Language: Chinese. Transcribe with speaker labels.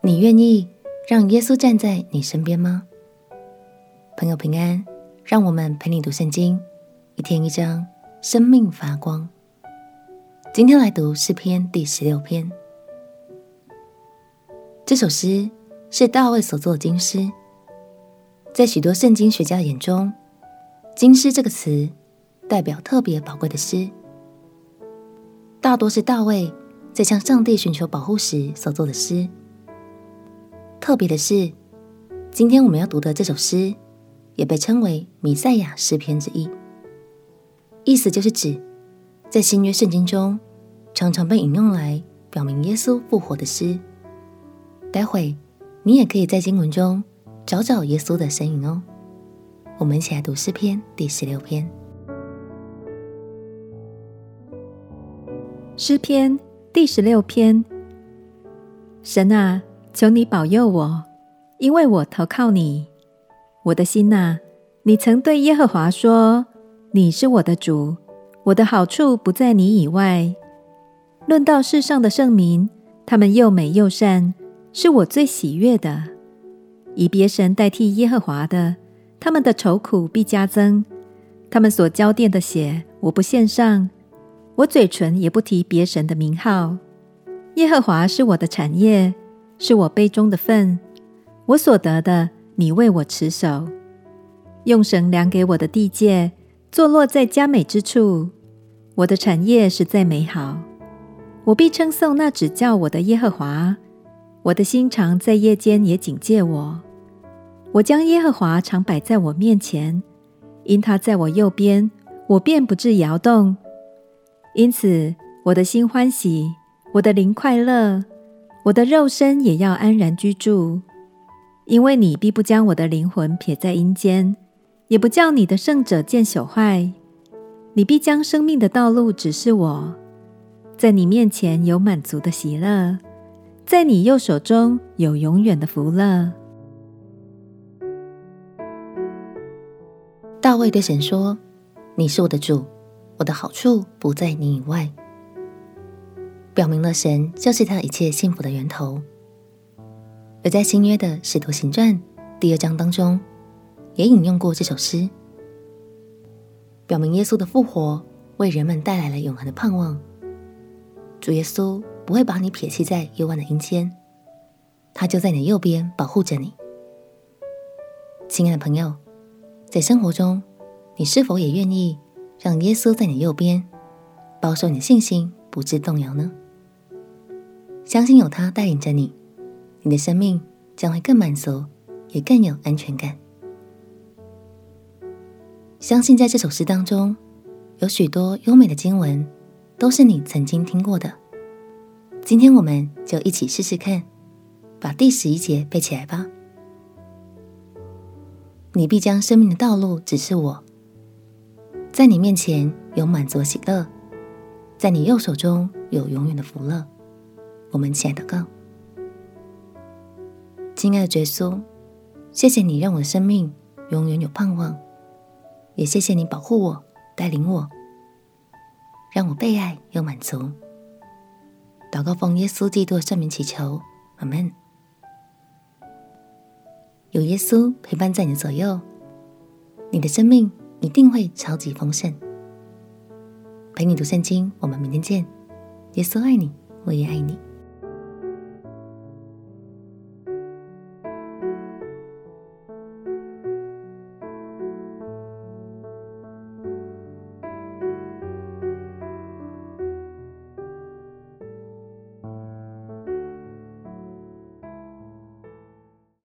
Speaker 1: 你愿意让耶稣站在你身边吗？朋友平安，让我们陪你读圣经，一天一章，生命发光。今天来读诗篇第16篇。这首诗是大卫所作的经诗，在许多圣经学家眼中，经诗这个词代表特别宝贵的诗，大多是大卫在向上帝寻求保护时所作的诗。特别的是，今天我们要读的这首诗也被称为弥赛亚诗篇之一，意思就是指在新约圣经中常常被引用来表明耶稣复活的诗。待会你也可以在经文中找找耶稣的身影哦。我们一起来读诗篇第16篇。
Speaker 2: 诗篇第16篇。神啊，求你保佑我，因为我投靠你。我的心啊，你曾对耶和华说，你是我的主，我的好处不在你以外。论到世上的圣民，他们又美又善，是我最喜悦的。以别神代替耶和华的，他们的愁苦必加增。他们所浇奠的血，我不献上，我嘴唇也不提别神的名号。耶和华是我的产业，是我杯中的分，我所得的，你为我持守。用绳量给我的地界，坐落在佳美之处。我的产业实在美好，我必称颂那指教我的耶和华。我的心常在夜间也警戒我。我将耶和华常摆在我面前，因他在我右边，我便不致摇动。因此我的心欢喜，我的灵快乐，我的肉身也要安然居住。因为你必不将我的灵魂撇在阴间，也不叫你的圣者见朽坏。你必将生命的道路指示我，在你面前有满足的喜乐，在你右手中有永远的福乐。
Speaker 1: 大卫对神说，你是我的主，我的好处不在你以外，表明了神就是他一切幸福的源头。而在新约的使徒行传第2章当中，也引用过这首诗，表明耶稣的复活为人们带来了永恒的盼望。主耶稣不会把你撇弃在幽暗的阴间，他就在你的右边保护着你。亲爱的朋友，在生活中，你是否也愿意让耶稣在你右边，保守你的信心不致动摇呢？相信有他带领着你，你的生命将会更满足，也更有安全感。相信在这首诗当中，有许多优美的经文，都是你曾经听过的。今天我们就一起试试看，把第11节背起来吧。你必将生命的道路指示我，在你面前有满足喜乐，在你右手中有永远的福乐。我们一起来祷告。亲爱的耶稣，谢谢你让我的生命永远有盼望，也谢谢你保护我，带领我，让我被爱又满足。祷告奉耶稣基督的圣名祈求，阿们。有耶稣陪伴在你的左右，你的生命一定会超级丰盛。陪你读圣经，我们明天见。耶稣爱你，我也爱你。